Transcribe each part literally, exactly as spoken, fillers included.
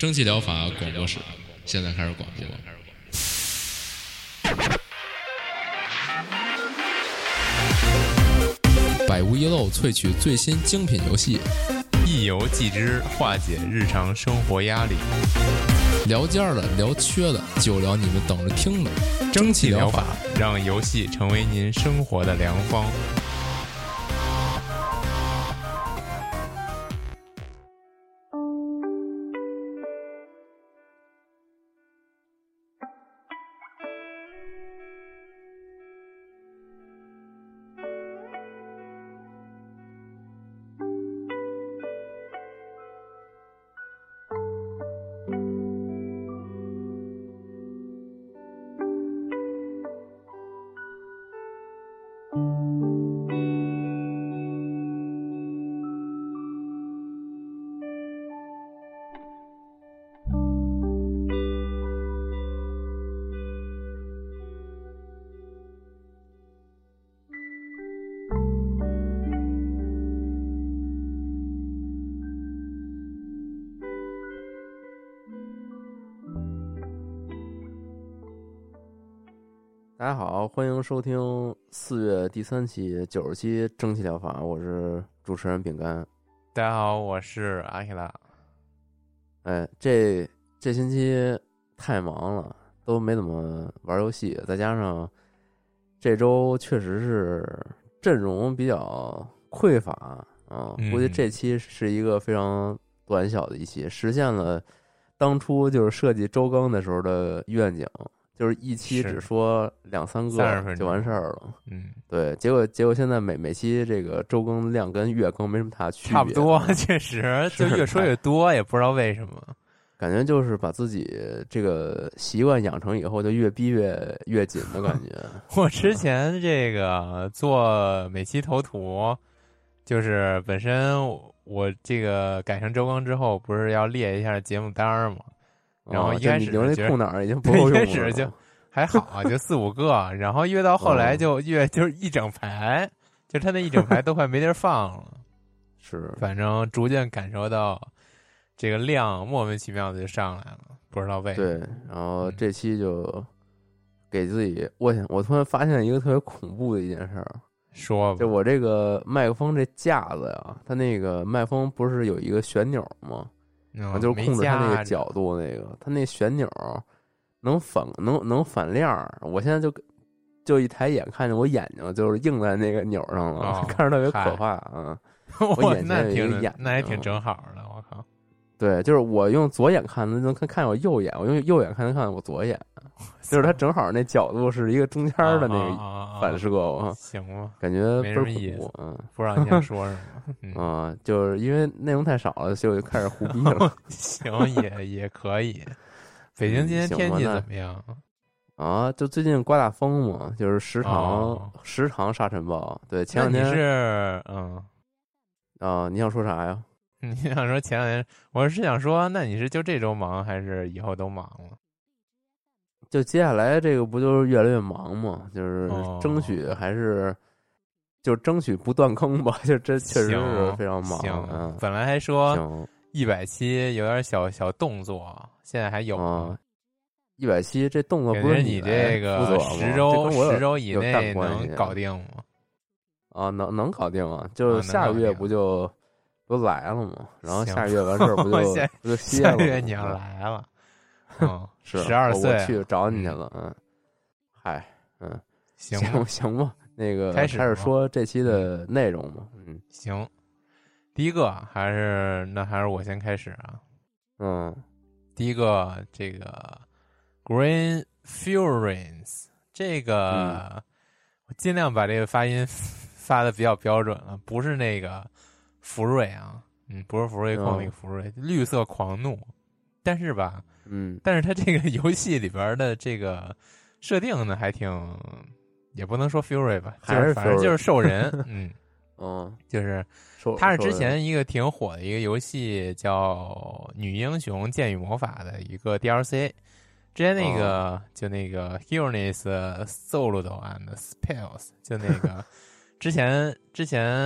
蒸汽疗法广播室现在开始广播。百无一漏萃取最新精品游戏， 一游即知，化解日常生活压力。 聊尖的，聊缺的，就聊你们等着听的。 蒸汽疗法，让游戏成为您生活的良方。 大家好，欢迎收听四月第三期九十期蒸汽疗法，我是主持人饼干。 大家好，我是阿希拉。 哎，这这星期太忙了，都没怎么玩游戏，再加上这周确实是阵容比较匮乏啊， 嗯、 估计这期是一个非常短小的一期，实现了当初就是设计周更的时候的愿景。就是一期只说两三个就完事儿了， 嗯， 对。结果结果现在每每期这个周更量跟月更没什么大区别， 差不多，确实就越说越多，也不知道为什么。 感觉就是把自己这个习惯养成以后，就越逼越越紧的感觉。 我之前这个做每期头图，就是本身我这个改成周更之后，不是要列一下节目单吗？然后一开始留那空档已经不够用了， 一开始就还好啊，就四五个，然后越到后来就越就是一整排，就他那一整排都快没地儿放了。 是， 反正逐渐感受到这个量莫名其妙的就上来了，不知道为什么。 对，然后这期就给自己，我想我突然发现一个特别恐怖的一件事儿， 说吧， 就我这个麦克风这架子呀，它那个麦克风不是有一个旋钮吗？ 嗯， 就是控制它那个角度，那个它那旋钮能反能能反亮。我现在就就一抬眼看见我眼睛就是映在那个钮上了， 哦、 看着特别可怕啊！我眼前有一个眼， 那还挺正好的，我靠！ 对，就是我用左眼看能看看我右眼，我用右眼看能看我左眼，就是它正好那角度是一个中间的那个反射， 啊、行吧？ 感觉倍儿恐怖，嗯， 不知道你想说什么。 嗯、啊，就是因为内容太少了，所以我就开始胡逼了。 行，也也可以。北京今天天气怎么样？ 啊，就最近刮大风嘛，就是时常、 哦、 时常沙尘暴。对，前两天是嗯啊，你想说啥呀？ 你想说前两天，我是想说，那你是就这周忙，还是以后都忙了？ 就接下来这个不就是越来越忙嘛？就是争取还是。哦就争取不断更吧，就这确实是非常忙。 行， 嗯、 本来还说一百期有点小小动作，现在还有吗？ 一百期这动作不是你这个十周十周以内能搞定吗？ 啊，能能搞定啊！就是下个月不就、啊、不来了吗？然后下个月完事儿不就不就歇了？ 下个月你要来了，嗯， 是十二岁我去找你去了，嗯，嗨，嗯， 行行行吧。那个开始开始说这期的内容嘛，嗯， 行，第一个还是那还是我先开始啊， 嗯， 第一个这个 Green Furins 这个、嗯、我尽量把这个发音发的比较标准了，不是那个福瑞啊，嗯，不是福瑞控那个福瑞，嗯、绿色狂怒，但是吧， 嗯， 但是它这个游戏里边的这个设定呢还挺。也不能说 Fury 吧，就是反正就是兽人，嗯， 嗯， 就是他是之前一个挺火的一个游戏叫《女英雄剑与魔法》的一个 D L C， 之前那个、哦、就那个 Heroes Solo and Spells， 就那个之前之前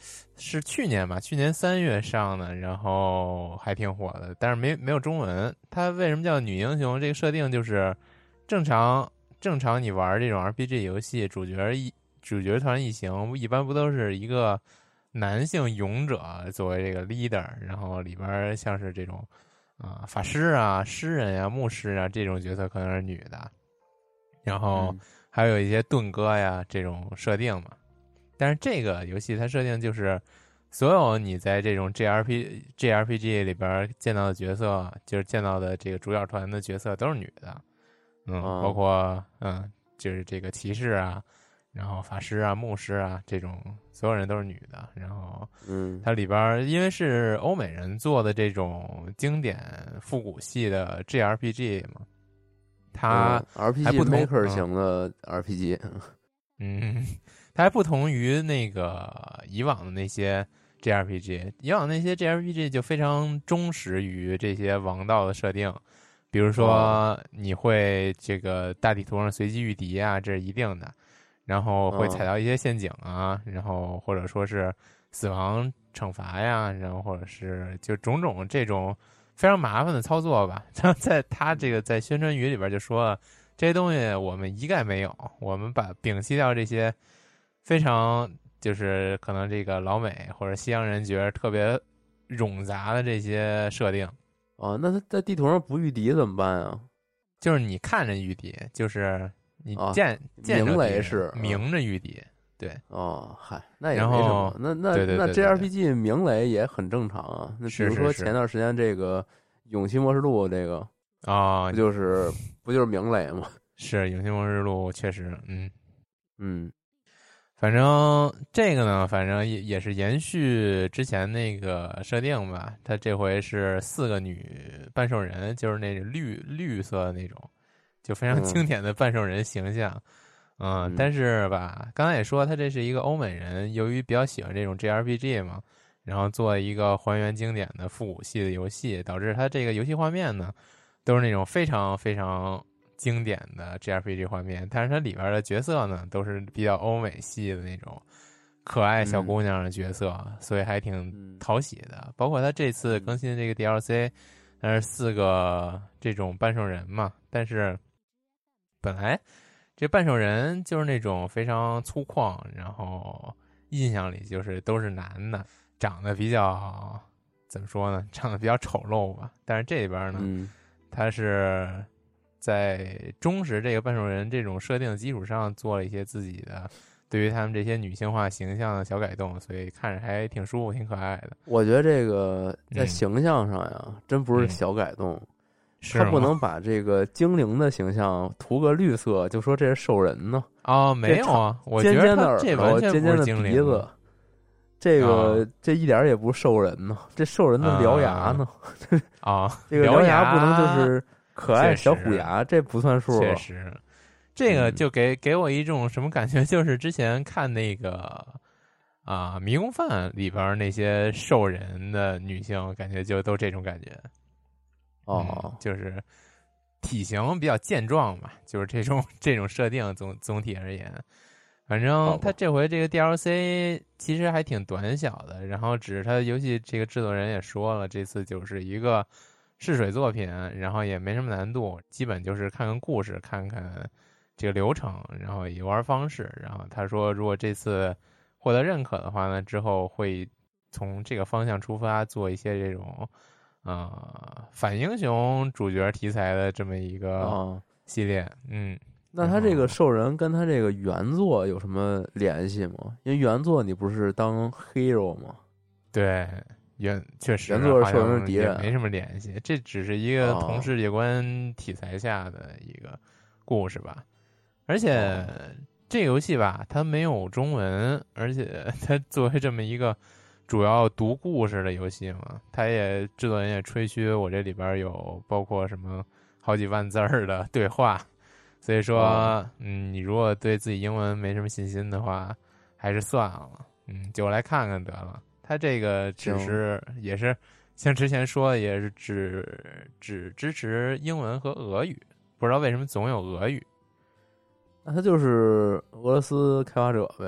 是去年吧，去年三月上的，然后还挺火的，但是没没有中文。它为什么叫女英雄？这个设定就是正常正常你玩这种 R P G 游戏，主角一主角团一行一般不都是一个男性勇者作为这个 leader， 然后里边像是这种啊、呃、法师啊、诗人呀、啊、牧师啊这种角色可能是女的，然后还有一些盾哥呀这种设定嘛。但是这个游戏它设定就是所有你在这种 J R P J R P G 里边见到的角色，就是见到的这个主角团的角色都是女的，嗯， 哦、 包括嗯就是这个骑士啊，然后法师啊、牧师啊这种所有人都是女的。然后嗯， 它里边因为是欧美人做的这种经典复古系的 J R P G 嘛，它、 嗯、R P 还 G 不同 maker 型的 R P G， 嗯，它还不同于那个以往的那些 J R P G， 以往那些 J R P G 就非常忠实于这些王道的设定，比如说你会这个大地图上随机遇敌啊，这是一定的，然后会踩到一些陷阱啊，然后或者说是死亡惩罚呀，然后或者是就种种这种非常麻烦的操作吧。然后在他这个在宣传语里边就说了，这些东西我们一概没有，我们把摒弃掉这些非常就是可能这个老美或者西洋人觉得特别冗杂的这些设定。 哦，那他在地图上不遇敌怎么办啊？ 就是你看着遇敌，就是你见、 哦、 见着明雷是明着遇敌，对。 哦，嗨，那也没什么。那那对对对对对那 J R P G 明雷也很正常啊。那比如说前段时间这个《勇气末世录》这个啊、哦， 不就是不就是明雷吗？ 是《勇气末世录》确实，嗯嗯。 反正这个呢，反正也也是延续之前那个设定吧。它这回是四个女半兽人，就是那种绿绿色的那种，就非常经典的半兽人形象。嗯，嗯但是吧，刚才也说他这是一个欧美人，由于比较喜欢这种 J R P G 嘛，然后做一个还原经典的复古系的游戏，导致他这个游戏画面呢都是那种非常非常经典的 J R P G 画面，但是它里边的角色呢都是比较欧美系的那种可爱小姑娘的角色，嗯、所以还挺讨喜的。包括它这次更新的这个 D L C， 它是四个这种半兽人嘛，但是本来这半兽人就是那种非常粗犷，然后印象里就是都是男的，长得比较怎么说呢，长得比较丑陋吧。但是这里边呢， 嗯、 它是在忠实这个半兽人这种设定的基础上做了一些自己的对于他们这些女性化形象的小改动，所以看着还挺舒服挺可爱的。 我觉得这个在形象上呀、嗯、真不是小改动、嗯、他不能把这个精灵的形象涂个绿色就说这是兽人呢。 哦，没有啊，我觉得他这完全尖尖的鼻子，这个、 哦、 这一点也不是兽人呢，这兽人的獠牙呢啊、哦， 这个獠牙不能就是可爱小虎牙，这不算数。 确实，这个就给、嗯、给我一种什么感觉？就是之前看那个啊《迷宫饭》里边那些兽人的女性，感觉就都这种感觉。 哦、 嗯，就是体型比较健壮嘛，就是这种这种设定总总体而言。反正他这回这个 D L C 其实还挺短小的，然后只是他游戏这个制作人也说了，这次就是一个试水作品，然后也没什么难度，基本就是看看故事，看看这个流程，然后游玩方式。然后他说，如果这次获得认可的话呢，之后会从这个方向出发，做一些这种呃反英雄主角题材的这么一个系列。哦、嗯， 那他这个兽人跟他这个原作有什么联系吗？因为原作你不是当 hero 吗？ 对。原确实原作是兽人敌人， 没什么联系，这只是一个同世界观题材下的一个故事吧。而且这个游戏吧，它没有中文，而且它作为这么一个主要读故事的游戏嘛，它也制作人也吹嘘我这里边有包括什么好几万字儿的对话，所以说，嗯，你如果对自己英文没什么信心的话，还是算了，嗯，就来看看得了。它这个只是也是像之前说的，也是只只支持英文和俄语，不知道为什么总有俄语。 那它就是俄罗斯开发者呗，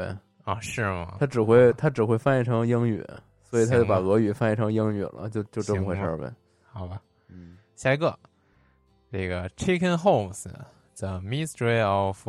啊，是吗？ 他只会他只会翻译成英语，所以他就把俄语翻译成英语了，就就这么回事呗。 好吧， 嗯， 下一个，这个 Chicken Holmes The Mystery of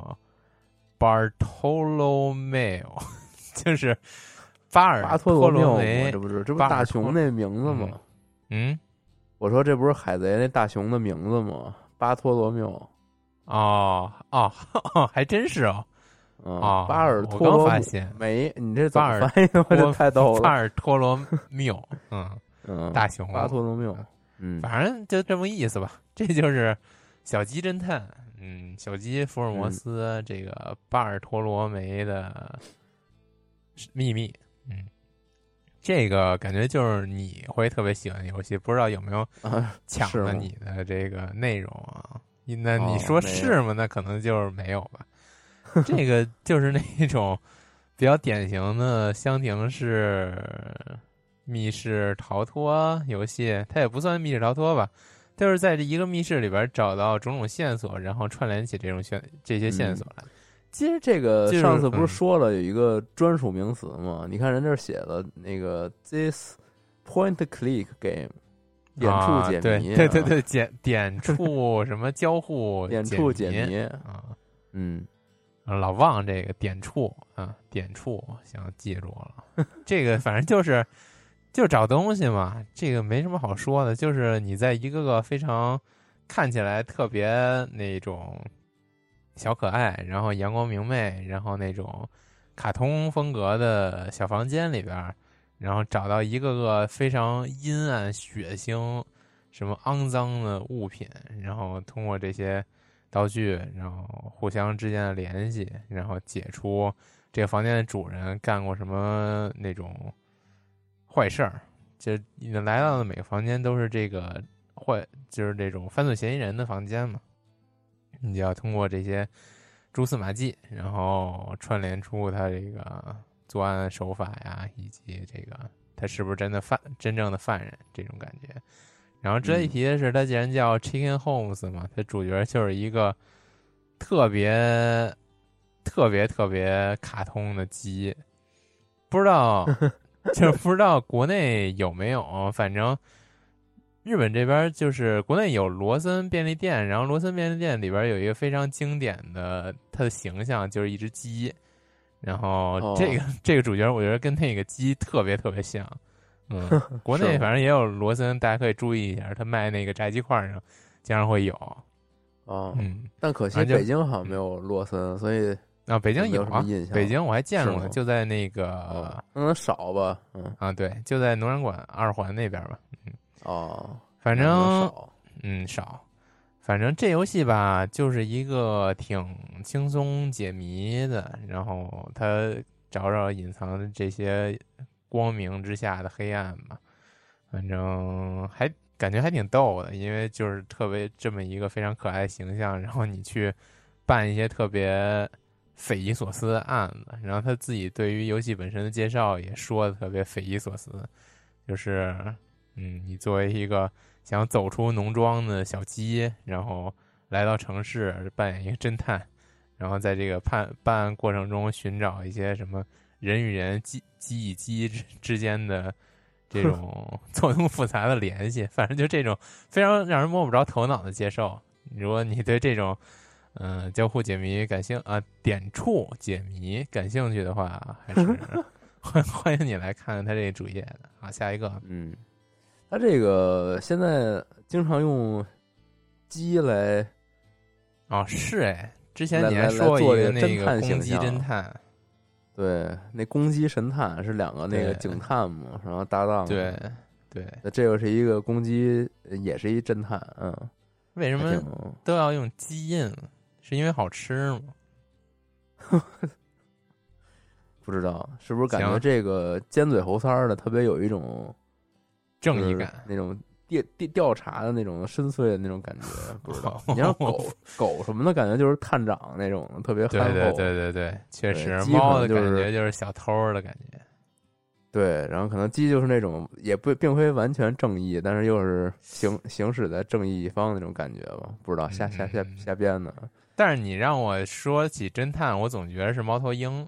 Bartolomeo 就是巴尔巴托托罗梅， 这不是这不是大熊那名字吗？ 嗯，嗯我说这不是海贼那大熊的名字吗？巴托罗缪。 哦哦哦，还真是哦。 嗯、 哦， 巴尔托罗梅，你这怎么翻译的？我这太逗了。 巴尔托罗缪，嗯嗯， 大熊巴托罗缪，嗯， 反正就这么意思吧。这就是小鸡侦探，嗯，小鸡福尔摩斯、嗯、这个巴尔托罗梅的秘密，嗯，这个感觉就是你会特别喜欢的游戏，不知道有没有抢了你的这个内容啊？那你说是吗？哦、那可能就是没有吧。这个就是那种比较典型的箱庭式密室逃脱游戏，它也不算密室逃脱吧，就是在这一个密室里边找到种种线索，然后串联起这种线这些线索来。嗯、 其实这个上次不是说了有一个专属名词吗？嗯、你看人这写的那个 this point click game。点触解谜、啊， 对对对对，点点触什么交互点触解谜啊， 嗯， 老忘这个点触啊，点触，行，记住了。这个反正就是就找东西嘛，这个没什么好说的，就是你在一个个非常看起来特别那种小可爱，然后阳光明媚，然后那种卡通风格的小房间里边。然后找到一个个非常阴暗、血腥、什么肮脏的物品，然后通过这些道具，然后互相之间的联系，然后解出这个房间的主人干过什么那种坏事儿。就你来到的每个房间都是这个坏，就是这种犯罪嫌疑人的房间嘛。你就要通过这些蛛丝马迹，然后串联出他这个作案手法呀，以及这个他是不是真的犯真正的犯人这种感觉。然后值得一提的是，他既然叫 Chicken Holmes 嘛，他主角就是一个特别特别特别卡通的鸡，不知道就是不知道国内有没有，反正日本这边就是国内有罗森便利店，然后罗森便利店里边有一个非常经典的，它的形象就是一只鸡。然后这个、哦、这个主角我觉得跟那个鸡特别特别像，嗯，国内反正也有罗森，大家可以注意一下，他卖那个炸鸡块上经常会有， 哦， 嗯， 但可惜北京好像没有罗森，嗯、所以啊，北京有啊，北京我还见过，就在那个， 哦、那少吧，嗯啊，对，就在农展馆二环那边吧，嗯， 哦， 反正少，嗯少。反正这游戏吧，就是一个挺轻松解谜的，然后他找找隐藏的这些光明之下的黑暗嘛，反正还感觉还挺逗的，因为就是特别这么一个非常可爱的形象，然后你去办一些特别匪夷所思的案子，然后他自己对于游戏本身的介绍也说的特别匪夷所思，就是嗯，你作为一个想走出农庄的小鸡，然后来到城市扮演一个侦探，然后在这个判办案过程中寻找一些什么人与人、鸡鸡与鸡之之间的这种错综复杂的联系，反正就这种非常让人摸不着头脑的介绍。如果你对这种嗯、呃、交互解谜感兴啊点触解谜感兴趣的话，还是欢欢迎你来看看他这个主页的。好，下一个， 嗯。他这个现在经常用鸡来， 哦，是哎，之前你还说一个那个公鸡侦探， 对，那公鸡神探是两个那个警探嘛，然后搭档， 对对， 那这个是一个公鸡，也是一侦探，嗯， 为什么都要用鸡印？是因为好吃吗？ 不知道，是不是感觉这个尖嘴猴腮的特别有一种正义感， 那种调调查的那种深邃的那种感觉，不知道。你像狗狗什么的，感觉就是探长那种特别憨厚。 对对对对对，确实。猫的感觉就是小偷的感觉。 对，然后可能鸡就是那种也不并非完全正义，但是又是行行驶在正义一方那种感觉吧？不知道瞎瞎瞎瞎编的。 但是你让我说起侦探，我总觉得是猫头鹰。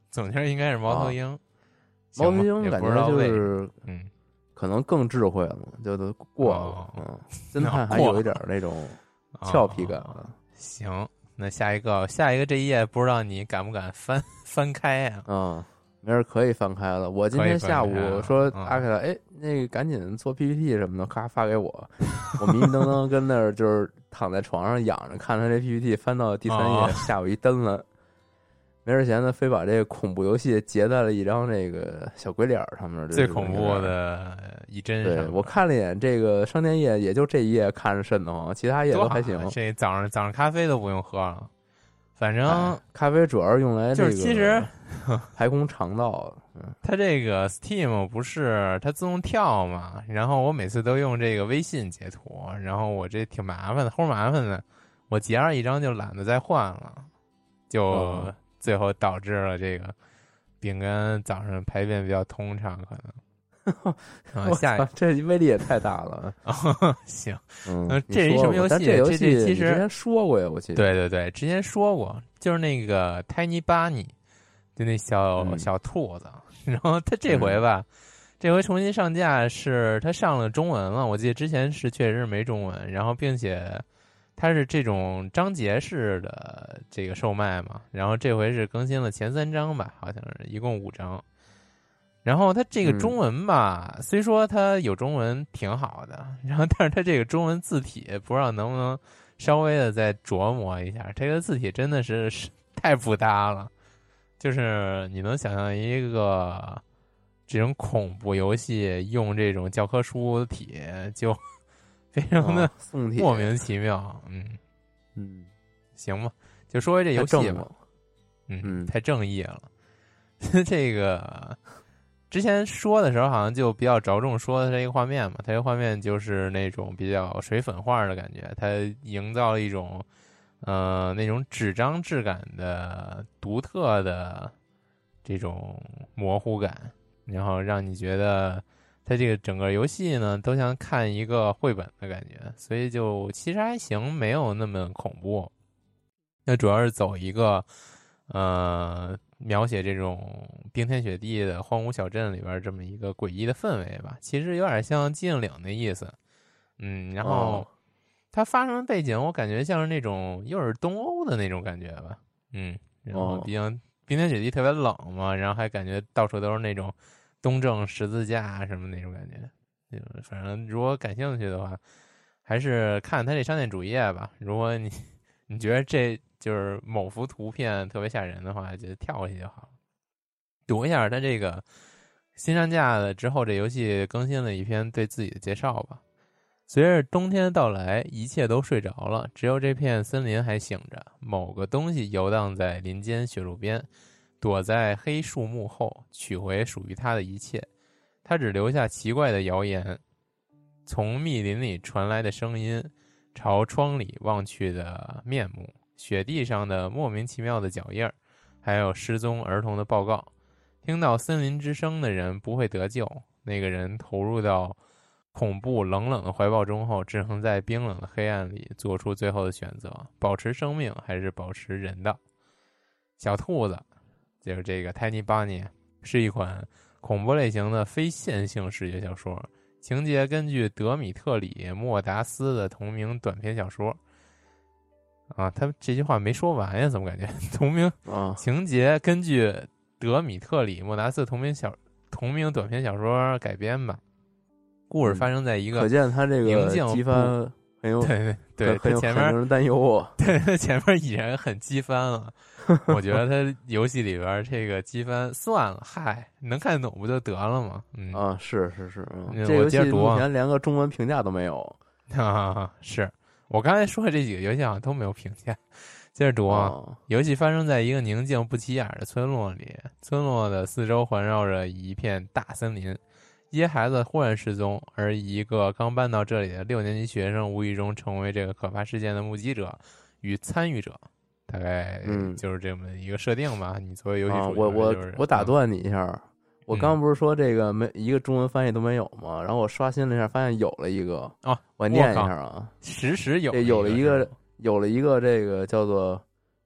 总觉得应该是猫头鹰。 啊、猫头鹰感觉就是嗯， 可能更智慧了，就都过了。 哦、 嗯，侦探还有一点那种俏皮感、 哦。行，那下一个，下一个这一页不知道你敢不敢翻翻开呀、 啊？嗯。没事，可以翻开了。我今天下午说阿凯拉，哎，那个赶紧做 P P T 什么的，咔发给我。我迷迷瞪瞪跟那儿就是躺在床上仰着看他这 P P T， 翻到第三页， 哦、 吓我一蹬了。没事闲的，非把这个恐怖游戏截在了一张这个小鬼脸上面。 最恐怖的一帧上。 对，我看了一眼这个商店页，也就这一页看着瘆得慌，其他页都还行。 这早上早上咖啡都不用喝了。反正、 哎、咖啡主要是用来这个就是其实排空肠道的。嗯， 它这个 Steam 不是它自动跳嘛，然后我每次都用这个微信截图，然后我这挺麻烦的，齁麻烦的，我截上一张就懒得再换了，就最后导致了这个饼干早上排便比较通畅，可能。啊，下一这威力也太大了。 行， 嗯， 这是一什么游戏？ 这游戏这其实之前说过呀，我记得。 对对对，之前说过，就是那个 Tiny Bunny， 就那小、嗯、小兔子。然后它这回吧，嗯、这回重新上架是它上了中文了。我记得之前是确实是没中文，然后并且它是这种章节式的这个售卖嘛。然后这回是更新了前三章吧，好像是一共五章。然后它这个中文吧，嗯、虽说它有中文挺好的，然后但是它这个中文字体不知道能不能稍微的再琢磨一下。这个字体真的是太不搭了，就是你能想象一个这种恐怖游戏用这种教科书体，就非常的莫名其妙。哦、嗯嗯， 行吧，就说回这游戏吧。 嗯嗯，太正义了。这个。之前说的时候好像就比较着重说的这个画面嘛，它这个画面就是那种比较水粉画的感觉，它营造了一种呃那种纸张质感的独特的这种模糊感，然后让你觉得它这个整个游戏呢都像看一个绘本的感觉，所以就其实还行，没有那么恐怖。那主要是走一个呃描写这种冰天雪地的荒芜小镇里边这么一个诡异的氛围吧，其实有点像寂静岭的意思。嗯，然后它发生的背景我感觉像是那种又是东欧的那种感觉吧。嗯，然后毕竟冰天雪地特别冷嘛，然后还感觉到处都是那种东正十字架什么那种感觉。反正如果感兴趣的话，还是看它这商店主页吧。如果你你觉得这就是某幅图片特别吓人的话，就跳过去就好了。读一下它这个新上架了之后，这游戏更新了一篇对自己的介绍吧。随着冬天的到来，一切都睡着了，只有这片森林还醒着。某个东西游荡在林间雪路边，躲在黑树木后，取回属于它的一切。它只留下奇怪的谣言，从密林里传来的声音，朝窗里望去的面目，雪地上的莫名其妙的脚印，还有失踪儿童的报告。听到森林之声的人不会得救，那个人投入到恐怖冷冷的怀抱中后，只能在冰冷的黑暗里做出最后的选择，保持生命还是保持人道。小兔子就是这个 Tiny Bunny， 是一款恐怖类型的非线性视觉小说，情节根据德米特里莫达斯的同名短篇小说。啊，他这句话没说完呀，怎么感觉同名啊？ 情节根据德米特里莫达斯同名小同名短篇小说改编吧。故事发生在一个可见他这个机翻很有对对对，他前面很令人担忧啊。 对，他前面已然很机翻了。我觉得他游戏里边这个机翻算了，嗨，能看懂不就得了吗？嗯啊，是是是，嗯、 我这游戏目前连个中文评价都没有啊。是我刚才说的这几个游戏好像都没有评价。接着读啊， 哦、 游戏发生在一个宁静不起眼的村落里，村落的四周环绕着一片大森林。一些孩子忽然失踪，而一个刚搬到这里的六年级学生无意中成为这个可怕事件的目击者与参与者，大概就是这么一个设定吧。嗯、你作为游戏主角、就是啊，我我我打断你一下， 嗯、 我刚不是说这个没一个中文翻译都没有吗？然后我刷新了一下，发现有了一个哦， 我念一下啊， 实时有有了一个有了一个这个叫做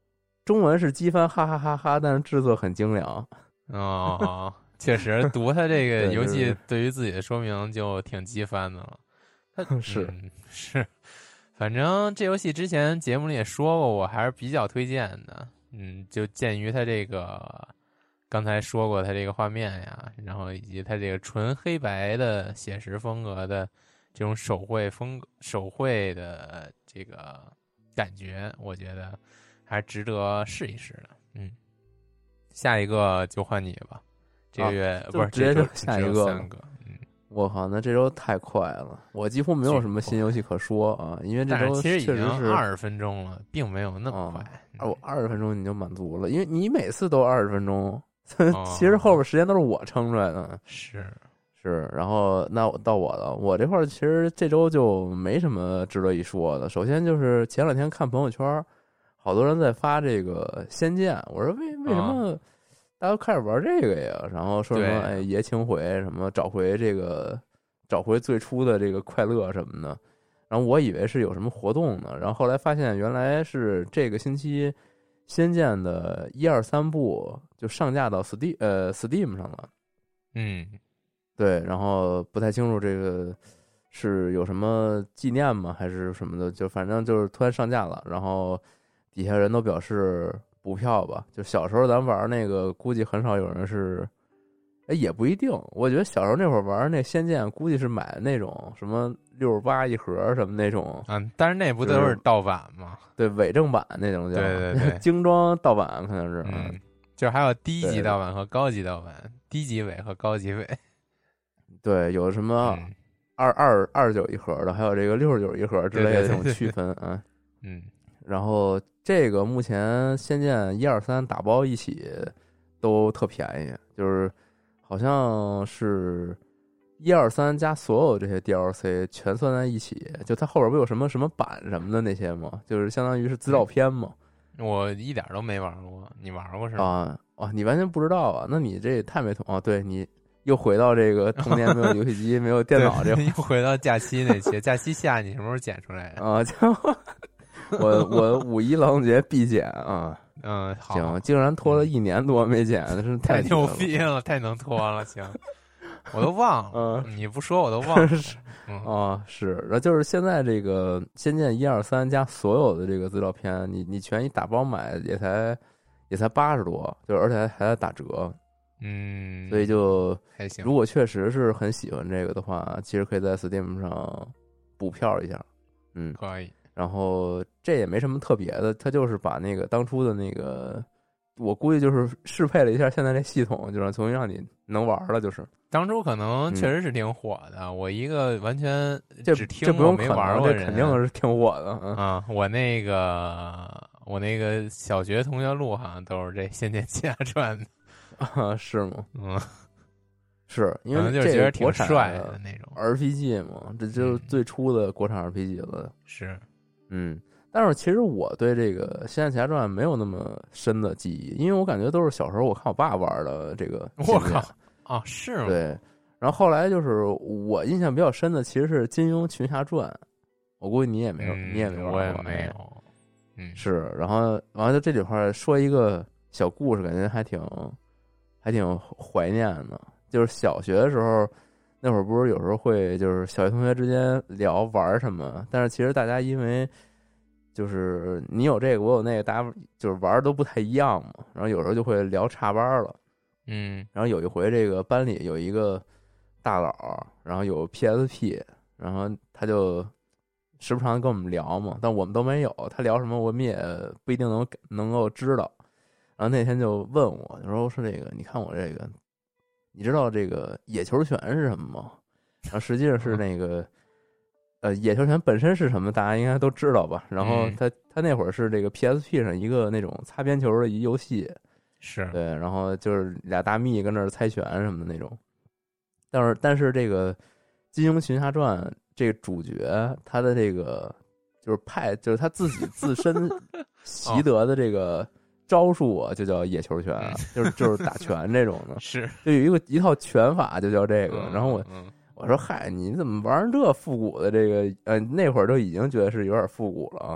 中文是机翻哈哈哈哈，但是制作很精良。 哦，确实读他这个对游戏就是对于自己的说明就挺机翻的了。他是、 嗯、是，反正这游戏之前节目里也说过，我还是比较推荐的。嗯，就鉴于它这个刚才说过它这个画面呀，然后以及它这个纯黑白的写实风格的这种手绘风格手绘的这个感觉，我觉得还值得试一试的。嗯，下一个就换你吧。这个月、 啊、 不是直接就下一个三个。嗯， 我靠，那这周太快了，我几乎没有什么新游戏可说啊，因为这周其实已经确实是二十分钟了，并没有那么快。 啊，我二十分钟你就满足了，因为你每次都二十分钟， 哦、 其实后边时间都是我撑出来的。 是是，然后那到我了，我这块儿其实这周就没什么值得一说的。首先就是前两天看朋友圈，好多人在发这个《仙剑》，我说为为什么大家都开始玩这个呀？然后说什么哎爷青回，什么找回这个找回最初的这个快乐什么的。然后我以为是有什么活动呢，然后后来发现原来是这个星期《仙剑》的一二三部就上架到 Steam 呃 Steam 上了。 嗯。 对，然后不太清楚这个是有什么纪念吗，还是什么的，就反正就是突然上架了，然后底下人都表示补票吧。就小时候咱玩那个，估计很少有人是，哎，也不一定。我觉得小时候那会儿玩那《仙剑》，估计是买那种什么六十八一盒什么那种啊，但是那不都是盗版吗？ 对，伪正版那种叫， 对对对， 精装盗版可能是， 嗯，就是还有低级盗版和高级盗版，低级伪和高级伪。 对，有什么二二二十九一盒的，还有这个六十九一盒之类的这种区分啊。 嗯， 然后这个目前《仙剑》一二三打包一起都特便宜，就是好像是一二三加所有这些 D L C 全算在一起，就它后边不有什么什么版什么的那些吗？就是相当于是资料片嘛。 我一点都没玩过，你玩过是吗？ 啊啊，你完全不知道啊？那你这太没同啊！对你。又回到这个童年没有游戏机没有电脑这又回到假期那期，假期下你什么时候剪出来啊？我我五一劳动节必剪啊！ 嗯，好， 行，竟然拖了一年多没剪，真是太牛了逼了，太能拖了，行，我都忘了， 嗯， 你不说我都忘了。 嗯、啊，是，然后就是现在这个《仙剑》一二三加所有的这个资料片，你你全一打包买也才也才八十多，就是而且还还在打折。 嗯， 所以就还行。 如果确实是很喜欢这个的话，其实可以在 Steam 上补票一下，嗯， 可以。 然后这也没什么特别的，它就是把那个当初的那个，我估计就是适配了一下现在这系统，就是重新让你能玩了。就是当初可能确实是挺火的，嗯、我一个完全只听这不用没玩过人，这肯定是挺火的啊、 嗯！我那个我那个小学同学录好像都是这《仙剑奇侠传》的。 啊，是吗？ 嗯， 是因为就觉得挺帅的那种 R P G 嘛，这就是最初的国产 R P G 了。 是， 嗯，但是其实我对这个《仙剑奇侠传》没有那么深的记忆，因为我感觉都是小时候我看我爸玩的这个。 我靠啊，是吗？ 对，然后后来就是我印象比较深的其实是《金庸群侠传》，我估计你也没有， 嗯、 你也没玩过， 我也没有。嗯， 是，然后完了就这里块说一个小故事，感觉还挺。还挺怀念的，就是小学的时候，那会儿不是有时候会就是小学同学之间聊玩什么，但是其实大家因为就是你有这个我有那个，大家就是玩都不太一样嘛，然后有时候就会聊岔班了， 嗯， 然后有一回这个班里有一个大佬，然后有 P S P， 然后他就时不常跟我们聊嘛，但我们都没有，他聊什么我们也不一定能能够知道。然后那天就问我，就说说这个，你看我这个，你知道这个野球拳是什么吗？然后实际上是那个，呃，野球拳本身是什么，大家应该都知道吧？然后他他那会儿是这个 P S P 上一个那种擦边球的一游戏， 是对，然后就是俩大蜜跟那儿猜拳什么的那种。但是但是这个《金庸群侠传》这个主角他的这个就是派，就是他自己自身习得的这个。招数啊，就叫野球拳， 嗯、 就是就是打拳这种的， 是就有一个一套拳法，就叫这个。 嗯、 然后我、 嗯、 我说嗨，你怎么玩这复古的这个？呃，那会儿都已经觉得是有点复古了啊。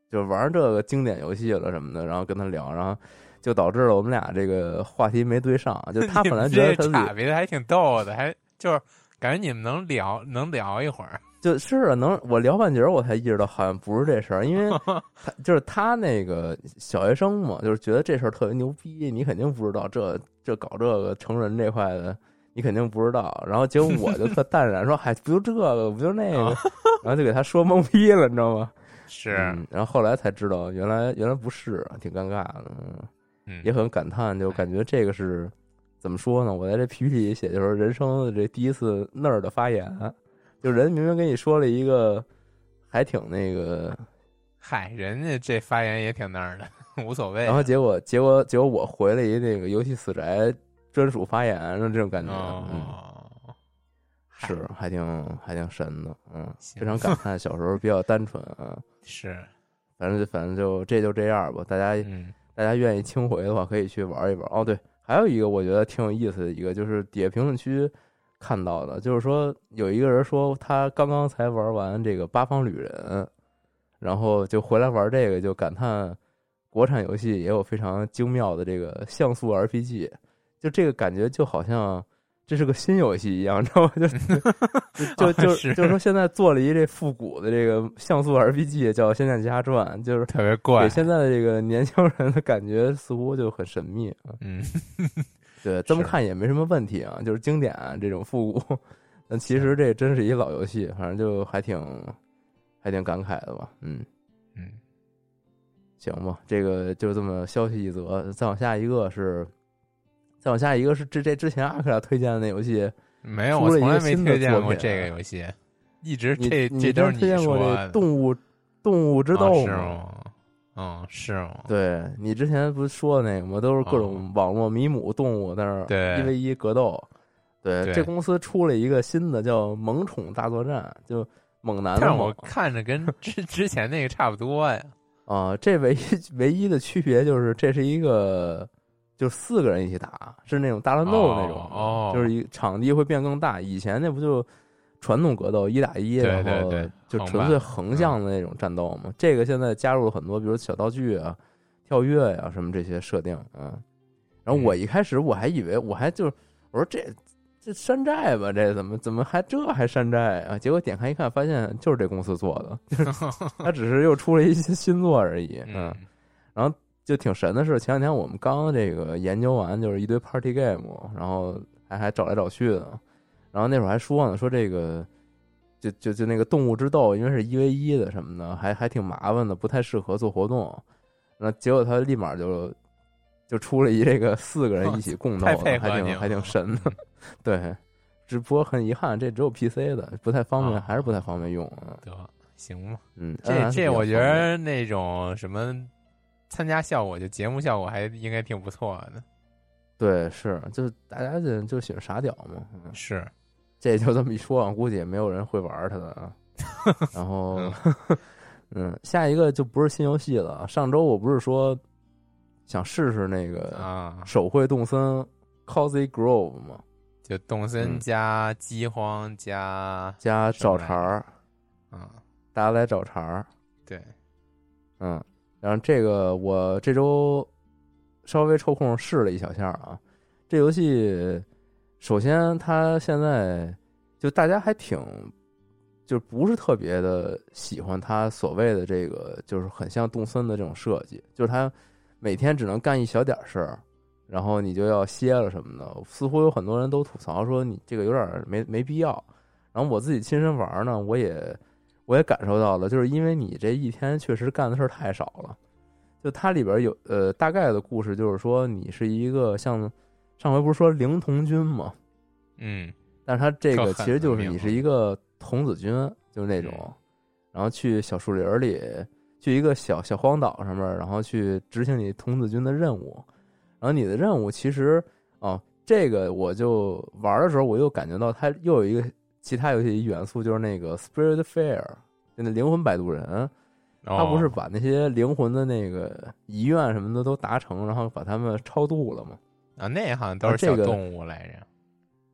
就玩这个经典游戏了什么的，然后跟他聊，然后就导致了我们俩这个话题没对上。就他本来觉得他自己差别的还挺逗的，还就是感觉你们能聊能聊一会儿。 就是啊，能我聊半截我才意识到好像不是这事儿，因为他就是他那个小学生嘛，就是觉得这事儿特别牛逼，你肯定不知道这这搞这个成人这块的，你肯定不知道。然后结果我就特淡然说，嗨，不就这个，不就那个，然后就给他说懵逼了，你知道吗？ 是、 嗯，然后后来才知道，原来原来不是，挺尴尬的， 嗯， 也很感叹，就感觉这个是怎么说呢？我在这 P P T 里写，就是人生的这第一次那儿的发言。就人明明跟你说了一个，还挺那个， 嗨，人家这发言也挺那儿的，无所谓。 然后结果结果结果我回了一那个游戏死宅专属发言，这种感觉， 哦、 嗯，是还挺还挺神的，嗯， 行非常感叹小时候比较单纯啊。 是， 反正就反正就这就这样吧，大家、 嗯、 大家愿意轻回的话，可以去玩一玩。哦，对，还有一个我觉得挺有意思的一个，就是底下评论区看到的，就是说有一个人说他刚刚才玩完这个八方旅人，然后就回来玩这个，就感叹国产游戏也有非常精妙的这个像素 R P G， 就这个感觉就好像这是个新游戏一样，你知道吗？就就就就就说现在做了一这复古的这个像素 R P G 叫《仙剑奇侠传》，就是特别怪， 给现在的这个年轻人的感觉似乎就很神秘啊。 嗯。 对，这么看也没什么问题啊，就是经典、啊、这种复古。但其实这真是一老游戏，反正就还挺还挺感慨的吧。嗯嗯， 行吧，这个就这么消息一则。再往下一个是，再往下一个是这这之前阿克拉推荐的那游戏， 没有，我从来没推荐过这个游戏，一直这这都是你推荐过这动物动物之斗吗？哦、是吗？嗯，是吗？ 对，你之前不是说的那个吗？都是各种网络迷母动物在那儿一 v 一格斗。对， 对， 这公司出了一个新的叫《萌宠大作战》，就猛男的猛。 但我看着跟之之前那个差不多呀。 啊、呃，这唯一唯一的区别就是这是一个就四个人一起打，是那种大乱斗那种， 哦， 就是一场地会变更大。以前那不就传统格斗一打一， 对对对， 然后就纯粹横向的那种战斗嘛。嗯、这个现在加入了很多，比如小道具啊、跳跃呀、啊、什么这些设定啊。然后我一开始我还以为我还就是我说这这山寨吧，这怎么怎么还这还山寨啊？结果点开一看，发现就是这公司做的，就是他只是又出了一些新作而已。嗯，然后就挺神的是，前两天我们刚这个研究完，就是一堆 party game， 然后还还找来找去的。然后那会儿还说呢，说这个就就就那个动物之斗，因为是一 v 一的什么的，还还挺麻烦的，不太适合做活动。那结果他立马就就出了一这个四个人一起共斗的，还挺还挺神的。对，只不过很遗憾，这只有 P C 的，不太方便， 哦、 还是不太方便用啊。 得行吧， 嗯， 这这我觉得那种什么参加效果，就节目效果还应该挺不错的。 对，是，就大家就就喜欢傻屌嘛。嗯、 是。 这就这么一说，估计也没有人会玩它的啊。然后，嗯，下一个就不是新游戏了。上周我不是说想试试那个啊， 手绘动森 Cozy Grove 吗？ 就动森加饥荒加、 嗯、加找茬儿， 啊， 大家来找茬儿。 对， 嗯，然后这个我这周稍微抽空试了一小下啊，这游戏。首先，它现在就大家还挺，就不是特别的喜欢它所谓的这个，就是很像动森的这种设计，就是它每天只能干一小点事儿，然后你就要歇了什么的。似乎有很多人都吐槽说你这个有点没没必要。然后我自己亲身玩呢，我也我也感受到了，就是因为你这一天确实干的事儿太少了。就它里边有呃大概的故事，就是说你是一个像。上回不是说灵童军吗？ 嗯， 但是他这个其实就是你是一个童子军，就是那种， 嗯、 然后去小树林里，去一个小小荒岛上面，然后去执行你童子军的任务。然后你的任务其实哦，这个我就玩的时候，我又感觉到它又有一个其他游戏元素，就是那个 Spirit Fair， 就那灵魂摆渡人。他不是把那些灵魂的那个遗愿什么的都达成，然后把他们超度了吗？ 啊，那好像都是小动物来着。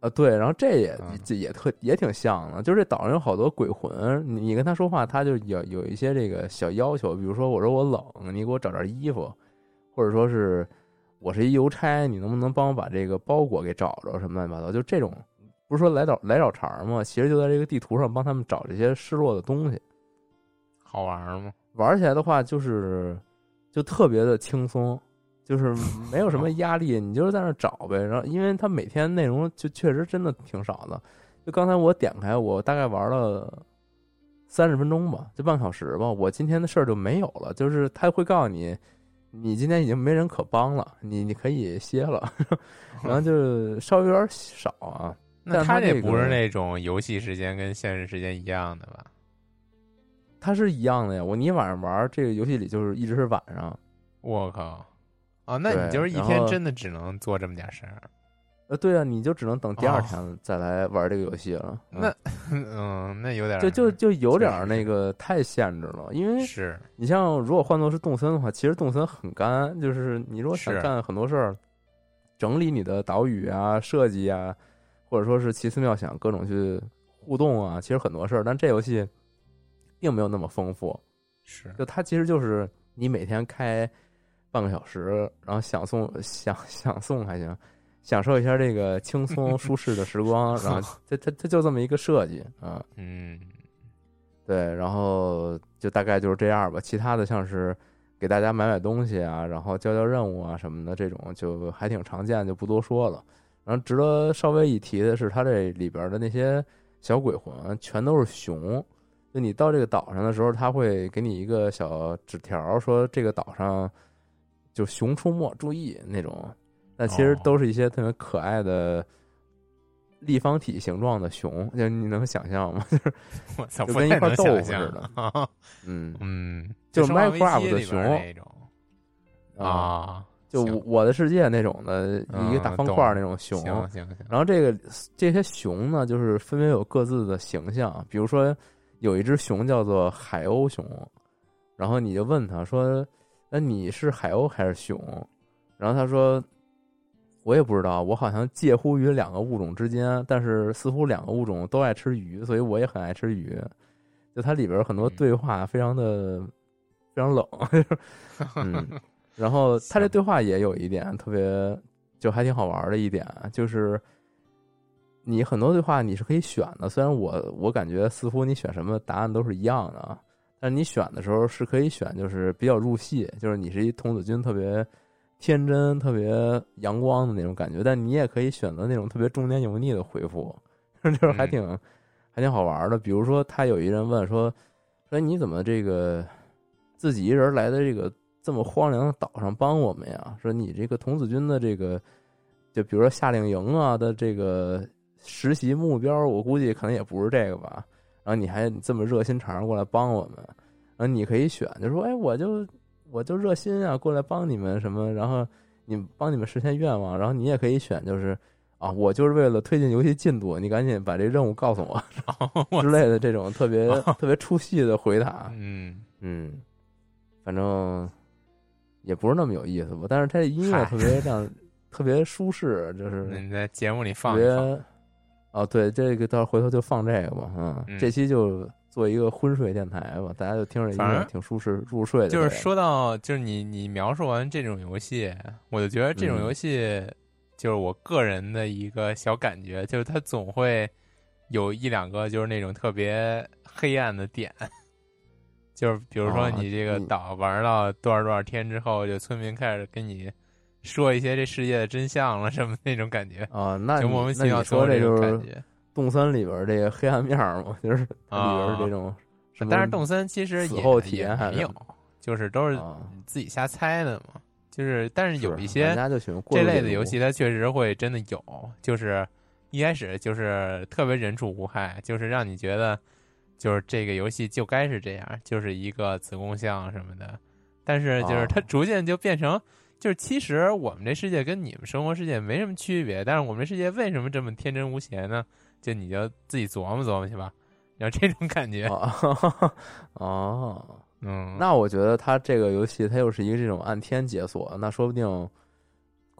啊，对，然后这也嗯这也特也挺像的，就是这岛上有好多鬼魂，你你跟他说话，他就有有一些这个小要求，比如说我说我冷，你给我找件衣服，或者说是我是一邮差，你能不能帮我把这个包裹给找着什么乱七八糟，就这种不是说来找来找茬吗？其实就在这个地图上帮他们找这些失落的东西， 好玩吗？ 玩起来的话就是就特别的轻松。就是没有什么压力，你就是在那找呗。然后，因为它每天内容就确实真的挺少的。就刚才我点开，我大概玩了三十分钟吧，就半个小时吧。我今天的事儿就没有了，就是他会告诉你，你今天已经没人可帮了，你你可以歇了。然后就稍微有点少啊。 那他这不是那种游戏时间跟现实时间一样的吧？ 它是一样的呀。我你晚上玩这个游戏里就是一直是晚上。 我靠！哦，那你就是一天真的只能做这么点事儿？ 呃，对啊，你就只能等第二天再来玩这个游戏了。 哦、那，嗯，那有点就就就有点那个太限制了，因为是你像如果换作是动森的话，其实动森很干，就是你如果想干很多事儿，整理你的岛屿啊、设计啊，或者说是奇思妙想各种去互动啊，其实很多事儿。但这游戏并没有那么丰富， 是就它其实就是你每天开半个小时，然后想送想想送还行，享受一下这个轻松舒适的时光，然后它它它就这么一个设计啊， 嗯， 对，然后就大概就是这样吧。其他的像是给大家买买东西啊，然后交交任务啊什么的，这种就还挺常见，就不多说了。然后值得稍微一提的是，它这里边的那些小鬼魂全都是熊。就你到这个岛上的时候，他会给你一个小纸条，说这个岛上就熊出没，注意那种。但其实都是一些特别可爱的立方体形状的熊，就你能想象吗？就是我操， 就跟一块豆腐似的。 嗯嗯， 就是 Minecraft 的熊那种啊， 就我的世界那种的一个大方块那种熊。 行行行。 然后这个这些熊呢，就是分别有各自的形象，比如说有一只熊叫做海鸥熊，然后你就问他说：“那你是海鸥还是熊？”然后他说：“我也不知道，我好像介乎于两个物种之间，但是似乎两个物种都爱吃鱼，所以我也很爱吃鱼。”就它里边很多对话非常的、嗯、非常冷，嗯，然后它这对话也有一点特别，就还挺好玩的一点，就是你很多对话你是可以选的，虽然我我感觉似乎你选什么答案都是一样的啊，但是你选的时候是可以选，就是比较入戏，就是你是一童子军特别天真、特别阳光的那种感觉，但你也可以选择那种特别中年油腻的回复，就是还挺、嗯、还挺好玩的。比如说，他有一人问说：“说你怎么这个自己一人来的这个这么荒凉的岛上帮我们呀？说你这个童子军的这个，就比如说夏令营啊的这个实习目标，我估计可能也不是这个吧。然后你还这么热心肠过来帮我们，然后你可以选，就说：哎，我就。”我就热心啊，过来帮你们什么，然后你帮你们实现愿望，然后你也可以选，就是啊，我就是为了推进游戏进度，你赶紧把这任务告诉我、哦、之类的这种特别、哦、特别出戏的回答。 嗯嗯，反正也不是那么有意思吧，但是它的音乐特别让特别舒适，就是你在节目里放一放。 哦，对，这个到时候回头就放这个吧，嗯， 嗯这期就。做一个昏睡电台吧，大家就听着音乐挺舒适入睡的。 就是说到，就是你你描述完这种游戏，我就觉得这种游戏、嗯、就是我个人的一个小感觉，就是它总会有一两个就是那种特别黑暗的点，就是比如说你这个岛玩到多少多少天之后，就村民开始跟你说一些这世界的真相了什么那种感觉啊，那就莫名其妙说这种感觉。 动森里边这个黑暗面嘛，就是里边这种、 啊，但是动森其实死后体验还没有，就是都是自己瞎猜的嘛。就是，但是有一些这类的游戏，它确实会真的有，就是一开始就是特别人畜无害，就是让你觉得，就是这个游戏就该是这样，就是一个子宫像什么的。但是就是它逐渐就变成。就是其实我们这世界跟你们生活世界没什么区别，但是我们这世界为什么这么天真无邪呢？就你就自己琢磨琢磨去吧，然后这种感觉。 哦，哦嗯，那我觉得它这个游戏它又是一个这种按天解锁，那说不定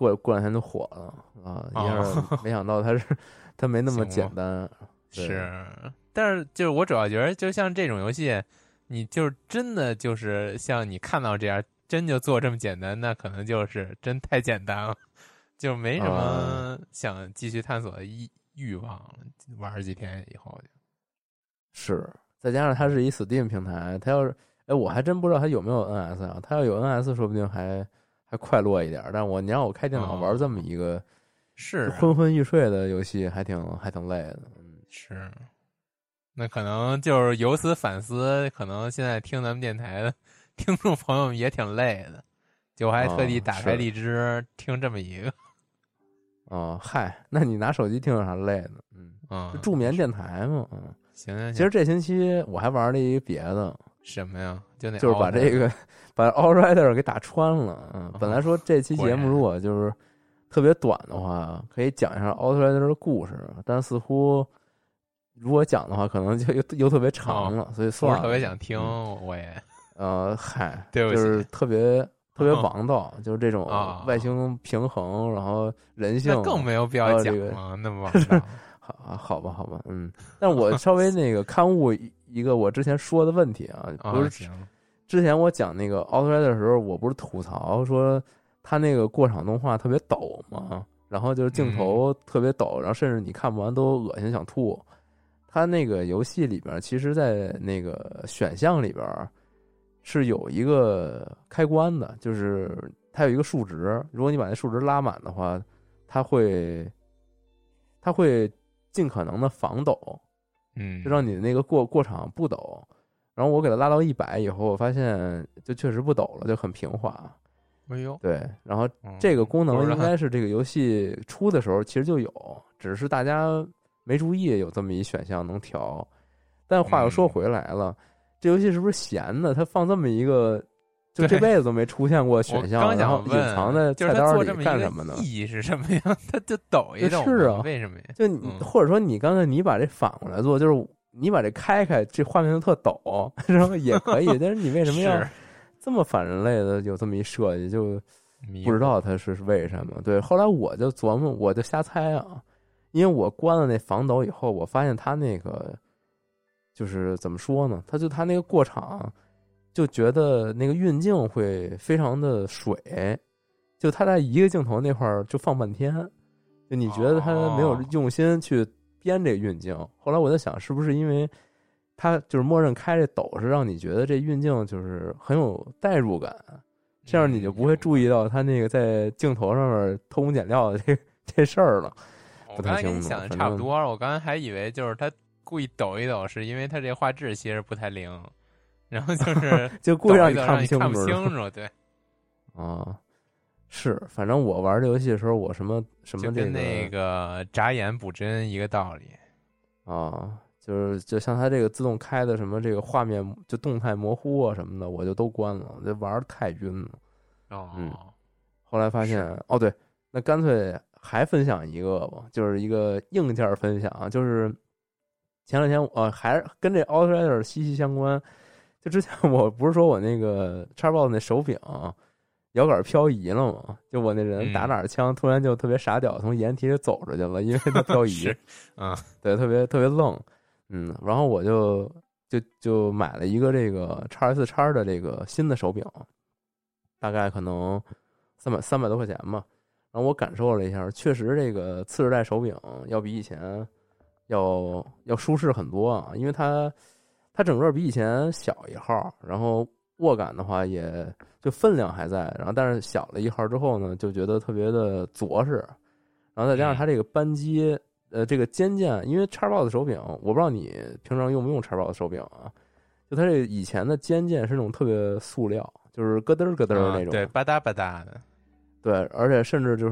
过过两天就火了啊！一下没想到它是它没那么简单， 是。但是就是我主要觉得，就像这种游戏，你就真的就是像你看到这样，真就做这么简单，那可能就是真太简单了，就没什么想继续探索的欲欲望了。玩几天以后就， 是再加上它是一 Steam 平台，它要是哎，我还真不知道它有没有 N S 啊？它要有 N S， 说不定还还快乐一点。但我你让我开电脑玩这么一个是昏昏欲睡的游戏，还挺还挺累的。嗯， 是。那可能就是由此反思，可能现在听咱们电台的听众朋友们也挺累的，就我还特地打开荔枝、哦、听这么一个。 哦，嗨，那你拿手机听有啥累的？嗯嗯， 助眠电台嘛。嗯， 行行行。 其实这星期我还玩了一别的。 什么呀？就那就是把这个把 Outrider 给打穿了。嗯，本来说这期节目如果就是特别短的话，可以讲一下 Outrider 的故事，但似乎如果讲的话，可能就又又特别长了，哦、所以算了。 我特别想听， 嗯、 我也呃，嗨， 对不起， 就是特别特别王道，哦、就是这种外形平衡， 哦、 然后人性， 那更没有必要讲了， 这个、 那么王道。 好，好吧，好吧，嗯，但我稍微那个刊物一个我之前说的问题啊，不是之前我讲那个 Outrider 的时候，我不是吐槽说他那个过场动画特别抖嘛，然后就是镜头特别抖，然后甚至你看不完都恶心想吐。他那个游戏里边，其实在那个选项里边是有一个开关的，就是它有一个数值，如果你把那数值拉满的话，它会它会尽可能的防抖， 嗯， 就让你那个过过场不抖。然后我给它拉到一百以后，我发现就确实不抖了，就很平滑。 哎呦， 对，然后这个功能应该是这个游戏出的时候其实就有，只是大家没注意有这么一选项能调。但话又说回来了，嗯、这游戏是不是闲的？它放这么一个，就这辈子都没出现过选项，然后隐藏在菜单里干什么呢？ 意义是什么呀？它就抖一抖， 是啊， 为什么呀？ 就你、嗯、或者说你刚才你把这反过来做，就是你把这开开，这画面就特抖，然后也可以，但是你为什么要这么反人类的有这么一设计？就不知道它是为什么。对，后来我就琢磨，我就瞎猜啊，因为我关了那防抖以后，我发现它那个就是怎么说呢？它就它那个过场，就觉得那个运镜会非常的水，就它在一个镜头那块儿就放半天，就你觉得它没有用心去编这个运镜。后来我在想，是不是因为它就是默认开这抖是让你觉得这运镜就是很有代入感，这样你就不会注意到它那个在镜头上面偷工减料的这这事儿了。 我刚才跟你想的差不多，我刚才还以为就是它故意抖一抖，是因为它这画质其实不太灵，然后就是就故意让你看不清楚， 看不清楚，对。 啊，是，反正我玩这游戏的时候，我什么什么、这个、 就跟那个眨眼补帧一个道理啊，就是就像它这个自动开的什么这个画面就动态模糊啊什么的，我就都关了，这玩的太晕了。 哦， 嗯，后来发现哦，对，那干脆还分享一个吧，就是一个硬件分享，就是前两天呃还是跟这 Outrider 息息相关。就之前我不是说我那个 Xbox 那手柄摇杆漂移了吗？就我那人打哪儿枪，突然就特别傻屌，从掩体里走出去了，因为它漂移。 嗯， 对，特别特别愣。嗯，然后我就就就买了一个这个 X S 叉的这个新的手柄，大概可能三百三百多块钱吧。然后我感受了一下，确实这个次世代手柄要比以前要要舒适很多啊，因为它。它整个比以前小一号，然后握感的话也就分量还在，然后但是小了一号之后呢，就觉得特别的着实，然后再加上它这个扳机，呃，这个肩键，因为 Xbox 手柄，我不知道你平常用不用 Xbox 手柄啊，就它这以前的肩键是那种特别塑料，就是咯噔咯噔那种， 啊、对，吧嗒吧嗒的， 对，而且甚至就是，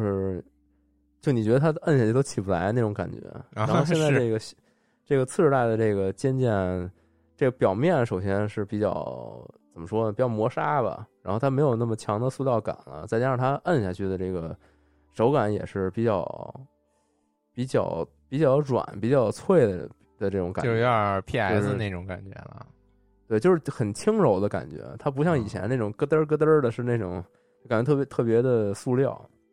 就你觉得它摁下去都起不来那种感觉，然后现在这个这个次世代的这个肩键。这个表面首先是比较怎么说呢，比较磨砂吧，然后它没有那么强的塑料感了，再加上它摁下去的这个手感也是比较比较比较软、比较脆的的这种感觉， 就有点 P S 那种感觉了。 对，就是很轻柔的感觉，它不像以前那种咯噔咯噔的，是那种感觉特别特别的塑料。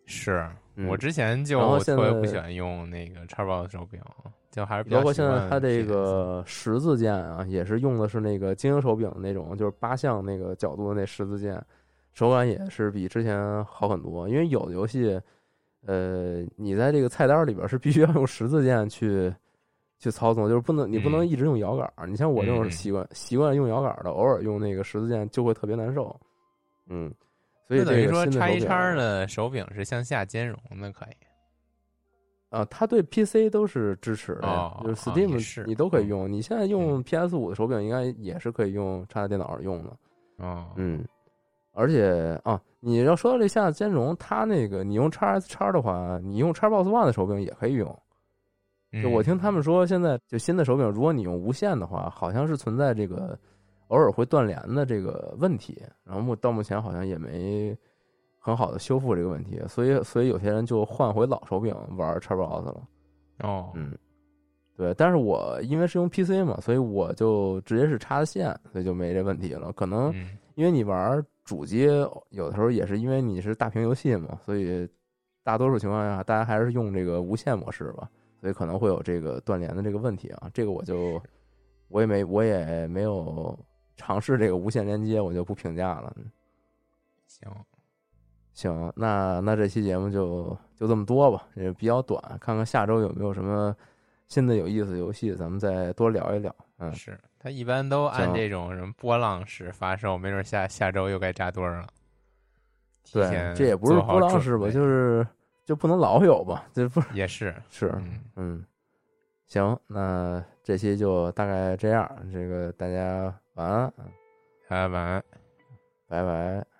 是、 嗯、 我之前就然后现在特别不喜欢用那个 Xbox 手柄，就还是比较包括习惯现在它这 P S。 个十字键啊，也是用的是那个精英手柄那种，就是八项那个角度的那十字键，手感也是比之前好很多。因为有的游戏，呃，你在这个菜单里边是必须要用十字键去去操纵，就是不能你不能一直用摇杆。嗯、你像我这种习惯、嗯、习惯用摇杆的，偶尔用那个十字键就会特别难受。嗯，所以这个等于说新的手柄叉一叉的手柄是向下兼容的，可以。 啊，它对 P C 都是支持的， 哦、 就是 Steam 你都可以用。 嗯、 你现在用 P S 五的手柄，应该也是可以用插在电脑上用的。 哦， 嗯，而且啊，你要说到这下兼容，它那个你用 X S X 的话，你用 Xbox One 的手柄也可以用。就我听他们说，现在就新的手柄，如果你用无线的话，好像是存在这个偶尔会断连的这个问题，然后目到目前好像也没很好的修复这个问题，所以所以有些人就换回老手柄玩 Xbox 了。 哦， 嗯，对，但是我因为是用 P C 嘛，所以我就直接是插的线，所以就没这问题了。可能因为你玩主机，有的时候也是因为你是大屏游戏嘛，所以大多数情况下大家还是用这个无线模式吧，所以可能会有这个断连的这个问题啊。这个我就我也没我也没有尝试这个无线连接，我就不评价了。 行。 行，那那这期节目就就这么多吧，也比较短，看看下周有没有什么新的有意思的游戏，咱们再多聊一聊。嗯， 是，它一般都按这种什么波浪式发售，没准下下周又该扎堆了。 对，这也不是波浪式吧，就是就不能老有吧，这不也是是嗯嗯，行，那这期就大概这样，这个大家晚安， 大家晚安， 拜拜。